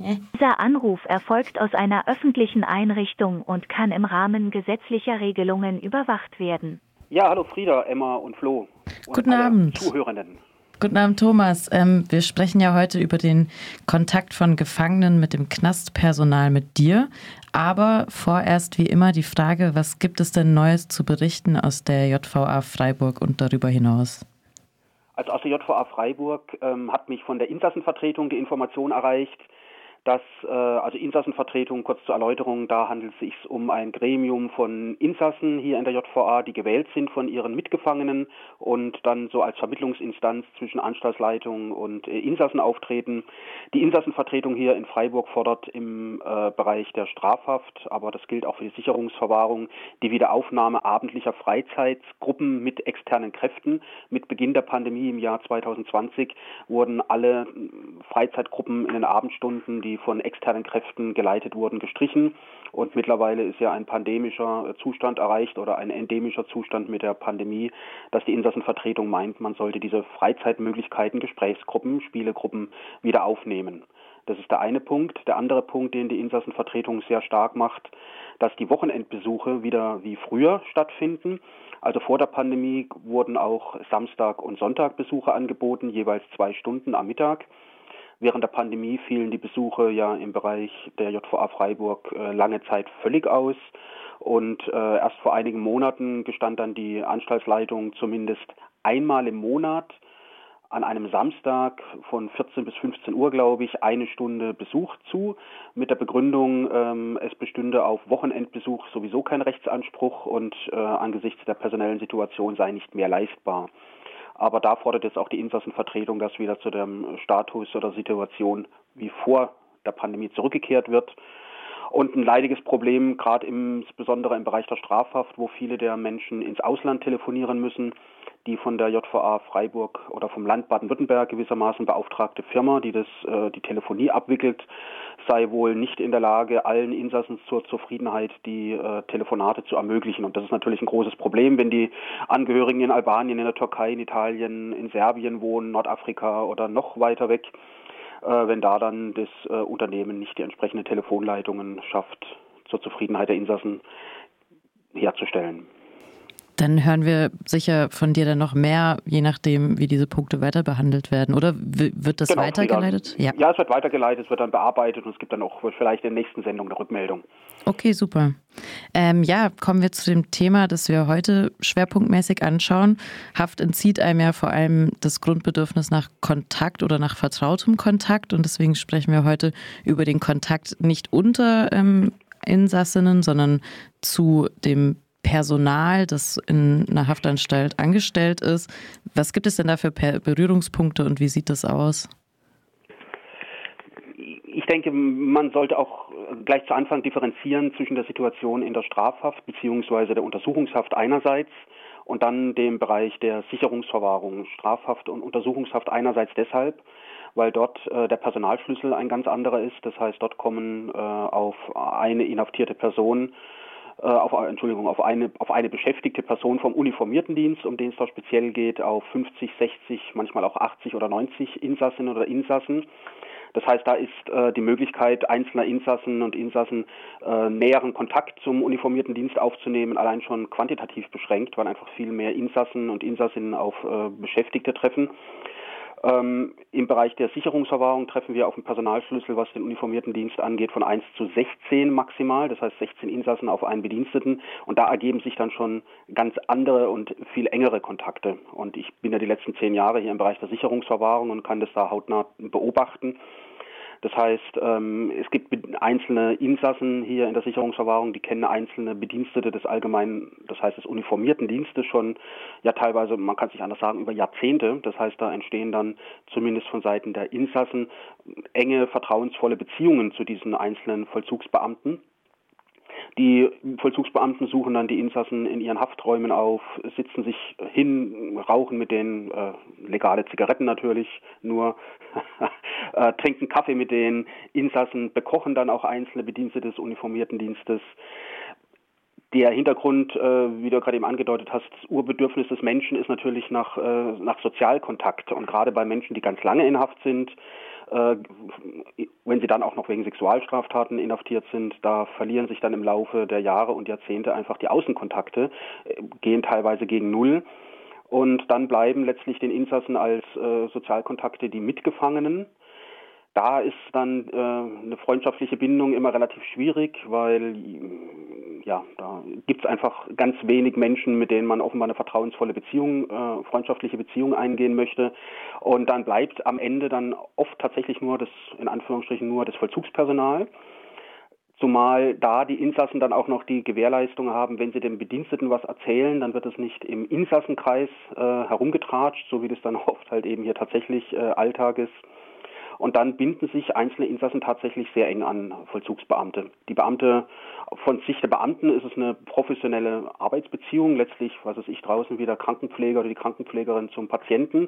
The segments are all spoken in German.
Dieser Anruf erfolgt aus einer öffentlichen Einrichtung und kann im Rahmen gesetzlicher Regelungen überwacht werden. Ja, hallo Frieda, Emma und Flo und Guten alle Abend. Zuhörenden. Guten Abend, Thomas. Wir sprechen ja heute über den Kontakt von Gefangenen mit dem Knastpersonal mit dir. Aber vorerst wie immer die Frage, was gibt es denn Neues zu berichten aus der JVA Freiburg und darüber hinaus? Also aus der JVA Freiburg hat mich von der Insassenvertretung die Information erreicht, dass, also Insassenvertretung, kurz zur Erläuterung, da handelt es sich um ein Gremium von Insassen hier in der JVA, die gewählt sind von ihren Mitgefangenen und dann so als Vermittlungsinstanz zwischen Anstaltsleitung und Insassen auftreten. Die Insassenvertretung hier in Freiburg fordert im Bereich der Strafhaft, aber das gilt auch für die Sicherungsverwahrung, die Wiederaufnahme abendlicher Freizeitgruppen mit externen Kräften. Mit Beginn der Pandemie im Jahr 2020 wurden alle Freizeitgruppen in den Abendstunden, die von externen Kräften geleitet wurden, gestrichen. Und mittlerweile ist ja ein pandemischer Zustand erreicht oder ein endemischer Zustand mit der Pandemie, dass die Insassenvertretung meint, man sollte diese Freizeitmöglichkeiten, Gesprächsgruppen, Spielegruppen wieder aufnehmen. Das ist der eine Punkt. Der andere Punkt, den die Insassenvertretung sehr stark macht, dass die Wochenendbesuche wieder wie früher stattfinden. Also vor der Pandemie wurden auch Samstag- und Sonntagbesuche angeboten, jeweils 2 Stunden am Mittag. Während der Pandemie fielen die Besuche ja im Bereich der JVA Freiburg lange Zeit völlig aus. Und erst vor einigen Monaten gestand dann die Anstaltsleitung zumindest einmal im Monat an einem Samstag von 14 bis 15 Uhr, glaube ich, 1 Stunde Besuch zu, mit der Begründung, es bestünde auf Wochenendbesuch sowieso kein Rechtsanspruch und angesichts der personellen Situation sei nicht mehr leistbar. Aber da fordert jetzt auch die Insassenvertretung, dass wieder zu dem Status oder Situation wie vor der Pandemie zurückgekehrt wird. Und ein leidiges Problem, gerade insbesondere im Bereich der Strafhaft, wo viele der Menschen ins Ausland telefonieren müssen. Die von der JVA Freiburg oder vom Land Baden-Württemberg gewissermaßen beauftragte Firma, die die Telefonie abwickelt, sei wohl nicht in der Lage, allen Insassen zur Zufriedenheit die Telefonate zu ermöglichen. Und das ist natürlich ein großes Problem, wenn die Angehörigen in Albanien, in der Türkei, in Italien, in Serbien wohnen, Nordafrika oder noch weiter weg, wenn da dann das Unternehmen nicht die entsprechenden Telefonleitungen schafft, zur Zufriedenheit der Insassen herzustellen. Dann hören wir sicher von dir dann noch mehr, je nachdem, wie diese Punkte weiter behandelt werden. Oder wird das weitergeleitet? Ja, es wird weitergeleitet, es wird dann bearbeitet und es gibt dann auch vielleicht in der nächsten Sendung eine Rückmeldung. Okay, super. Kommen wir zu dem Thema, das wir heute schwerpunktmäßig anschauen. Haft entzieht einem ja vor allem das Grundbedürfnis nach Kontakt oder nach vertrautem Kontakt. Und deswegen sprechen wir heute über den Kontakt nicht unter Insassinnen, sondern zu dem Personal, das in einer Haftanstalt angestellt ist. Was gibt es denn da für Berührungspunkte und wie sieht das aus? Ich denke, man sollte auch gleich zu Anfang differenzieren zwischen der Situation in der Strafhaft bzw. der Untersuchungshaft einerseits und dann dem Bereich der Sicherungsverwahrung. Strafhaft und Untersuchungshaft einerseits deshalb, weil dort der Personalschlüssel ein ganz anderer ist. Das heißt, dort kommen auf eine inhaftierte Person auf eine beschäftigte Person vom uniformierten Dienst, um den es da speziell geht, auf 50, 60, manchmal auch 80 oder 90 Insassinnen oder Insassen. Das heißt, da ist die Möglichkeit einzelner Insassen und Insassen näheren Kontakt zum uniformierten Dienst aufzunehmen, allein schon quantitativ beschränkt, weil einfach viel mehr Insassen und Insassinnen auf Beschäftigte treffen. Im Bereich der Sicherungsverwahrung treffen wir auf einen Personalschlüssel, was den uniformierten Dienst angeht, von 1:16 maximal, das heißt 16 Insassen auf einen Bediensteten. Und da ergeben sich dann schon ganz andere und viel engere Kontakte. Und ich bin ja die letzten 10 Jahre hier im Bereich der Sicherungsverwahrung und kann das da hautnah beobachten. Das heißt, es gibt einzelne Insassen hier in der Sicherungsverwahrung, die kennen einzelne Bedienstete des allgemeinen, das heißt des uniformierten Dienstes schon, ja teilweise, man kann es nicht anders sagen, über Jahrzehnte. Das heißt, da entstehen dann zumindest von Seiten der Insassen enge, vertrauensvolle Beziehungen zu diesen einzelnen Vollzugsbeamten. Die Vollzugsbeamten suchen dann die Insassen in ihren Hafträumen auf, sitzen sich hin, rauchen mit denen, legale Zigaretten natürlich, nur trinken Kaffee mit den Insassen, bekochen dann auch einzelne Bedienstete des uniformierten Dienstes. Der Hintergrund, wie du gerade eben angedeutet hast, das Urbedürfnis des Menschen ist natürlich nach Sozialkontakt. Und gerade bei Menschen, die ganz lange in Haft sind, Wenn sie dann auch noch wegen Sexualstraftaten inhaftiert sind, da verlieren sich dann im Laufe der Jahre und Jahrzehnte einfach die Außenkontakte, gehen teilweise gegen Null. Und dann bleiben letztlich den Insassen als Sozialkontakte die Mitgefangenen. Da ist dann eine freundschaftliche Bindung immer relativ schwierig, weil ja, da gibt es einfach ganz wenig Menschen, mit denen man offenbar eine vertrauensvolle Beziehung, freundschaftliche Beziehung eingehen möchte. Und dann bleibt am Ende dann oft tatsächlich nur in Anführungsstrichen nur das Vollzugspersonal. Zumal da die Insassen dann auch noch die Gewährleistung haben, wenn sie dem Bediensteten was erzählen, dann wird es nicht im Insassenkreis herumgetratscht, so wie das dann oft halt eben hier tatsächlich Alltag ist. Und dann binden sich einzelne Insassen tatsächlich sehr eng an Vollzugsbeamte. Die Beamte, von Sicht der Beamten ist es eine professionelle Arbeitsbeziehung, letztlich, was weiß ich, draußen wie der Krankenpfleger oder die Krankenpflegerin zum Patienten.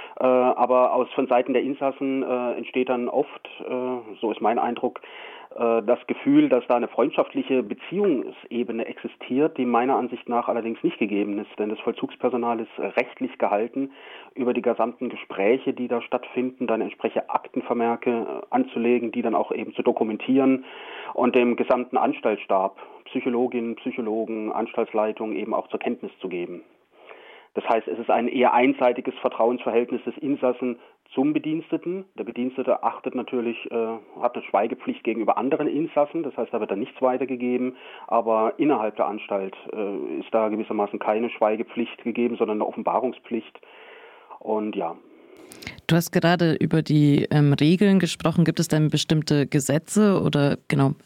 Aber von Seiten der Insassen entsteht dann oft, so ist mein Eindruck, das Gefühl, dass da eine freundschaftliche Beziehungsebene existiert, die meiner Ansicht nach allerdings nicht gegeben ist. Denn das Vollzugspersonal ist rechtlich gehalten, über die gesamten Gespräche, die da stattfinden, dann entsprechende Aktenvermerke anzulegen, die dann auch eben zu dokumentieren und dem gesamten Anstaltsstab, Psychologinnen, Psychologen, Anstaltsleitung eben auch zur Kenntnis zu geben. Das heißt, es ist ein eher einseitiges Vertrauensverhältnis des Insassen zum Bediensteten. Der Bedienstete hat eine Schweigepflicht gegenüber anderen Insassen, das heißt, da wird dann nichts weitergegeben, aber innerhalb der Anstalt ist da gewissermaßen keine Schweigepflicht gegeben, sondern eine Offenbarungspflicht. Und ja. Du hast gerade über die Regeln gesprochen. Gibt es denn bestimmte Gesetze oder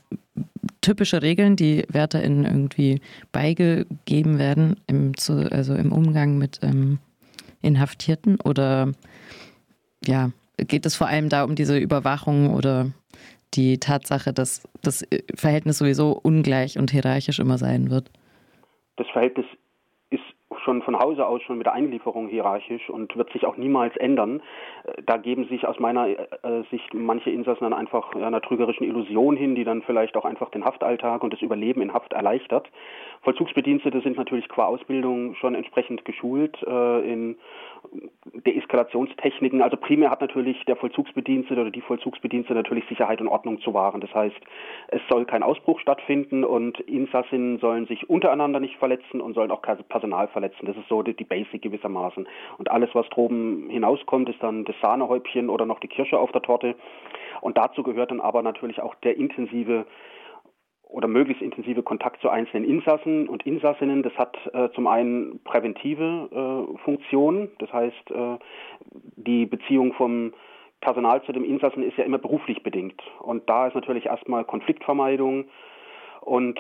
typische Regeln, die WärterInnen irgendwie beigegeben werden im Umgang mit Inhaftierten? Oder ja, geht es vor allem da um diese Überwachung oder die Tatsache, dass das Verhältnis sowieso ungleich und hierarchisch immer sein wird? Das Verhältnis ist schon von Hause aus schon mit der Einlieferung hierarchisch und wird sich auch niemals ändern. Da geben sich aus meiner Sicht manche Insassen dann einfach einer trügerischen Illusion hin, die dann vielleicht auch einfach den Haftalltag und das Überleben in Haft erleichtert. Vollzugsbedienstete sind natürlich qua Ausbildung schon entsprechend geschult in Deeskalationstechniken. Also primär hat natürlich der Vollzugsbedienstete oder die Vollzugsbedienstete natürlich Sicherheit und Ordnung zu wahren. Das heißt, es soll kein Ausbruch stattfinden und Insassinnen sollen sich untereinander nicht verletzen und sollen auch kein Personal verletzen. Das ist so die Basic gewissermaßen. Und alles, was droben hinauskommt, ist dann das Sahnehäubchen oder noch die Kirsche auf der Torte. Und dazu gehört dann aber natürlich auch der intensive oder möglichst intensive Kontakt zu einzelnen Insassen und Insassinnen. Das hat zum einen präventive Funktion, das heißt, die Beziehung vom Personal zu dem Insassen ist ja immer beruflich bedingt. Und da ist natürlich erstmal Konfliktvermeidung und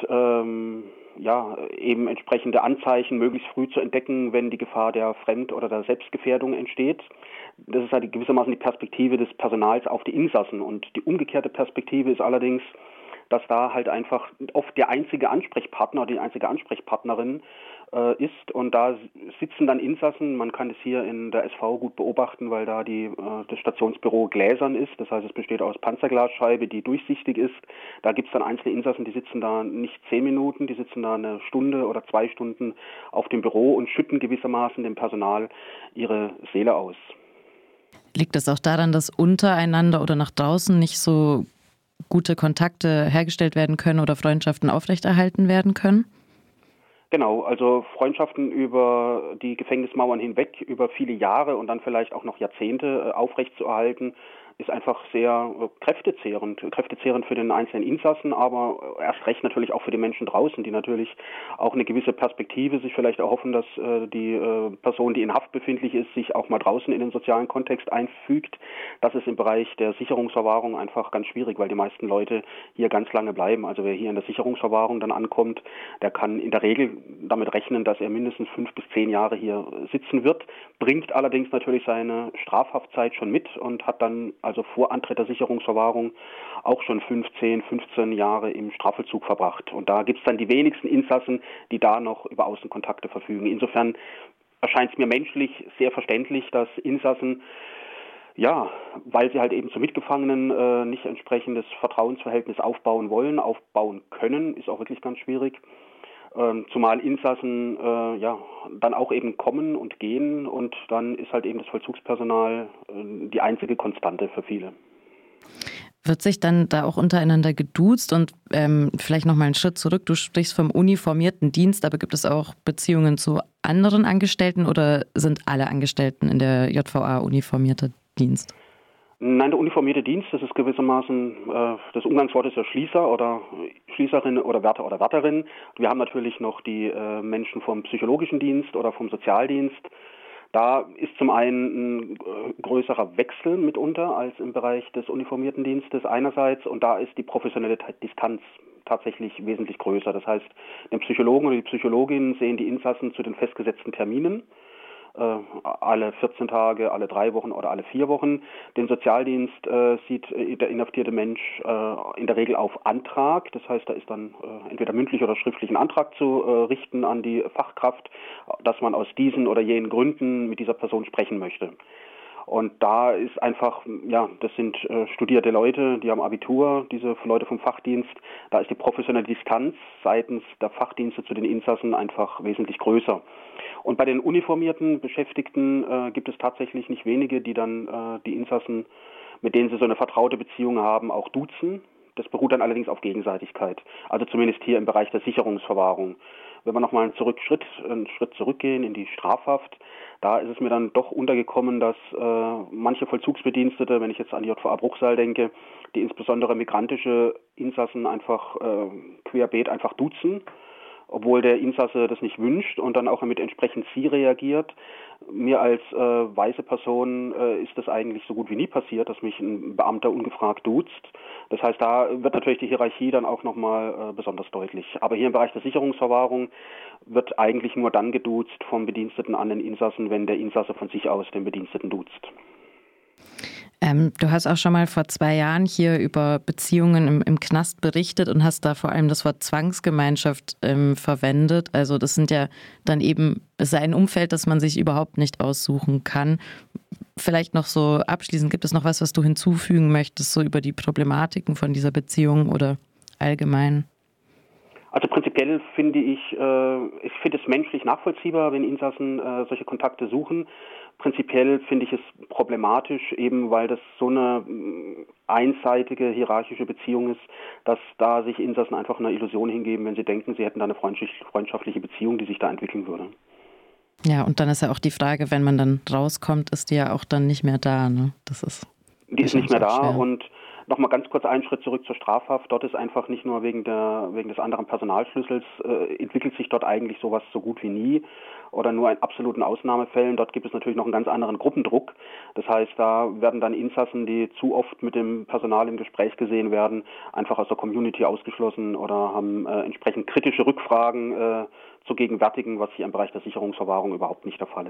eben entsprechende Anzeichen möglichst früh zu entdecken, wenn die Gefahr der Fremd- oder der Selbstgefährdung entsteht. Das ist halt gewissermaßen die Perspektive des Personals auf die Insassen. Und die umgekehrte Perspektive ist allerdings, dass da halt einfach oft der einzige Ansprechpartner oder die einzige Ansprechpartnerin ist und da sitzen dann Insassen, man kann es hier in der SV gut beobachten, weil da das Stationsbüro gläsern ist, das heißt es besteht aus Panzerglasscheibe, die durchsichtig ist, da gibt es dann einzelne Insassen, die sitzen da nicht 10 Minuten, die sitzen da eine Stunde oder 2 Stunden auf dem Büro und schütten gewissermaßen dem Personal ihre Seele aus. Liegt es auch daran, dass untereinander oder nach draußen nicht so gute Kontakte hergestellt werden können oder Freundschaften aufrechterhalten werden können? Genau, also Freundschaften über die Gefängnismauern hinweg, über viele Jahre und dann vielleicht auch noch Jahrzehnte aufrechtzuerhalten, ist einfach sehr kräftezehrend für den einzelnen Insassen, aber erst recht natürlich auch für die Menschen draußen, die natürlich auch eine gewisse Perspektive sich vielleicht erhoffen, dass die Person, die in Haft befindlich ist, sich auch mal draußen in den sozialen Kontext einfügt. Das ist im Bereich der Sicherungsverwahrung einfach ganz schwierig, weil die meisten Leute hier ganz lange bleiben. Also wer hier in der Sicherungsverwahrung dann ankommt, der kann in der Regel damit rechnen, dass er mindestens 5 bis 10 Jahre hier sitzen wird, bringt allerdings natürlich seine Strafhaftzeit schon mit und hat dann also vor Antritt der Sicherungsverwahrung auch schon 15 Jahre im Strafvollzug verbracht. Und da gibt es dann die wenigsten Insassen, die da noch über Außenkontakte verfügen. Insofern erscheint es mir menschlich sehr verständlich, dass Insassen, ja, weil sie halt eben zu Mitgefangenen nicht entsprechendes Vertrauensverhältnis aufbauen wollen, aufbauen können, ist auch wirklich ganz schwierig. Zumal Insassen dann auch eben kommen und gehen und dann ist halt eben das Vollzugspersonal die einzige Konstante für viele. Wird sich dann da auch untereinander geduzt und vielleicht nochmal einen Schritt zurück, du sprichst vom uniformierten Dienst, aber gibt es auch Beziehungen zu anderen Angestellten oder sind alle Angestellten in der JVA uniformierter Dienst? Nein, der uniformierte Dienst, das ist gewissermaßen, das Umgangswort ist ja Schließer oder Schließerin oder Wärter oder Wärterin. Wir haben natürlich noch die Menschen vom psychologischen Dienst oder vom Sozialdienst. Da ist zum einen ein größerer Wechsel mitunter als im Bereich des uniformierten Dienstes einerseits und da ist die professionelle Distanz tatsächlich wesentlich größer. Das heißt, den Psychologen oder die Psychologin sehen die Insassen zu den festgesetzten Terminen, alle 14 Tage, alle 3 Wochen oder alle 4 Wochen. Den Sozialdienst sieht der inhaftierte Mensch in der Regel auf Antrag. Das heißt, da ist dann entweder mündlich oder schriftlich ein Antrag zu richten an die Fachkraft, dass man aus diesen oder jenen Gründen mit dieser Person sprechen möchte. Und da ist einfach, ja, das sind studierte Leute, die haben Abitur, diese Leute vom Fachdienst. Da ist die professionelle Distanz seitens der Fachdienste zu den Insassen einfach wesentlich größer. Und bei den uniformierten Beschäftigten gibt es tatsächlich nicht wenige, die dann die Insassen, mit denen sie so eine vertraute Beziehung haben, auch duzen. Das beruht dann allerdings auf Gegenseitigkeit. Also zumindest hier im Bereich der Sicherungsverwahrung. Wenn wir nochmal einen Schritt zurückgehen in die Strafhaft, da ist es mir dann doch untergekommen, dass manche Vollzugsbedienstete, wenn ich jetzt an die JVA Bruchsal denke, die insbesondere migrantische Insassen einfach querbeet einfach duzen, obwohl der Insasse das nicht wünscht und dann auch mit entsprechend Sie reagiert. Mir als weiße Person ist das eigentlich so gut wie nie passiert, dass mich ein Beamter ungefragt duzt. Das heißt, da wird natürlich die Hierarchie dann auch nochmal besonders deutlich. Aber hier im Bereich der Sicherungsverwahrung wird eigentlich nur dann geduzt vom Bediensteten an den Insassen, wenn der Insasse von sich aus den Bediensteten duzt. Du hast auch schon mal vor 2 Jahren hier über Beziehungen im Knast berichtet und hast da vor allem das Wort Zwangsgemeinschaft verwendet. Also das sind ja dann eben, es ist ein Umfeld, das man sich überhaupt nicht aussuchen kann. Vielleicht noch so abschließend, gibt es noch was du hinzufügen möchtest, so über die Problematiken von dieser Beziehung oder allgemein? Also prinzipiell finde ich finde es menschlich nachvollziehbar, wenn Insassen solche Kontakte suchen. Prinzipiell finde ich es problematisch, eben weil das so eine einseitige hierarchische Beziehung ist, dass da sich Insassen einfach einer Illusion hingeben, wenn sie denken, sie hätten da eine freundschaftliche Beziehung, die sich da entwickeln würde. Ja, und dann ist ja auch die Frage, wenn man dann rauskommt, ist die ja auch dann nicht mehr da, ne? Die ist nicht mehr da schwer. Und nochmal ganz kurz einen Schritt zurück zur Strafhaft. Dort ist einfach nicht nur wegen des anderen Personalschlüssels, entwickelt sich dort eigentlich sowas so gut wie nie oder nur in absoluten Ausnahmefällen. Dort gibt es natürlich noch einen ganz anderen Gruppendruck. Das heißt, da werden dann Insassen, die zu oft mit dem Personal im Gespräch gesehen werden, einfach aus der Community ausgeschlossen oder haben entsprechend kritische Rückfragen zu gegenwärtigen, was hier im Bereich der Sicherungsverwahrung überhaupt nicht der Fall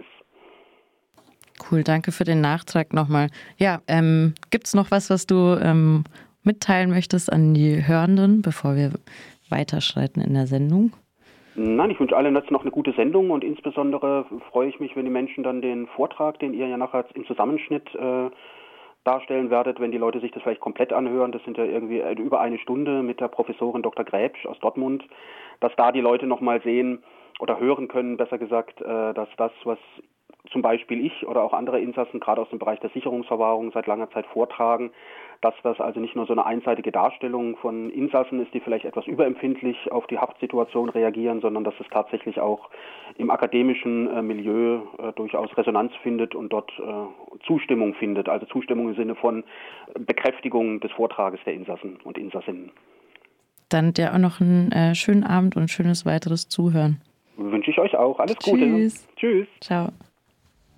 ist. Cool, danke für den Nachtrag nochmal. Ja, gibt es noch was du mitteilen möchtest an die Hörenden, bevor wir weiterschreiten in der Sendung? Nein, ich wünsche allen jetzt noch eine gute Sendung und insbesondere freue ich mich, wenn die Menschen dann den Vortrag, den ihr ja nachher im Zusammenschnitt darstellen werdet, wenn die Leute sich das vielleicht komplett anhören. Das sind ja irgendwie über 1 Stunde mit der Professorin Dr. Gräbsch aus Dortmund, dass da die Leute nochmal sehen oder hören können, besser gesagt, dass das, was zum Beispiel ich oder auch andere Insassen gerade aus dem Bereich der Sicherungsverwahrung seit langer Zeit vortragen, dass das also nicht nur so eine einseitige Darstellung von Insassen ist, die vielleicht etwas überempfindlich auf die Haftsituation reagieren, sondern dass es tatsächlich auch im akademischen Milieu durchaus Resonanz findet und dort Zustimmung findet, also Zustimmung im Sinne von Bekräftigung des Vortrages der Insassen und Insassinnen. Dann dir auch noch einen schönen Abend und schönes weiteres Zuhören. Wünsche ich euch auch. Alles Gute. Tschüss. Tschüss. Ciao.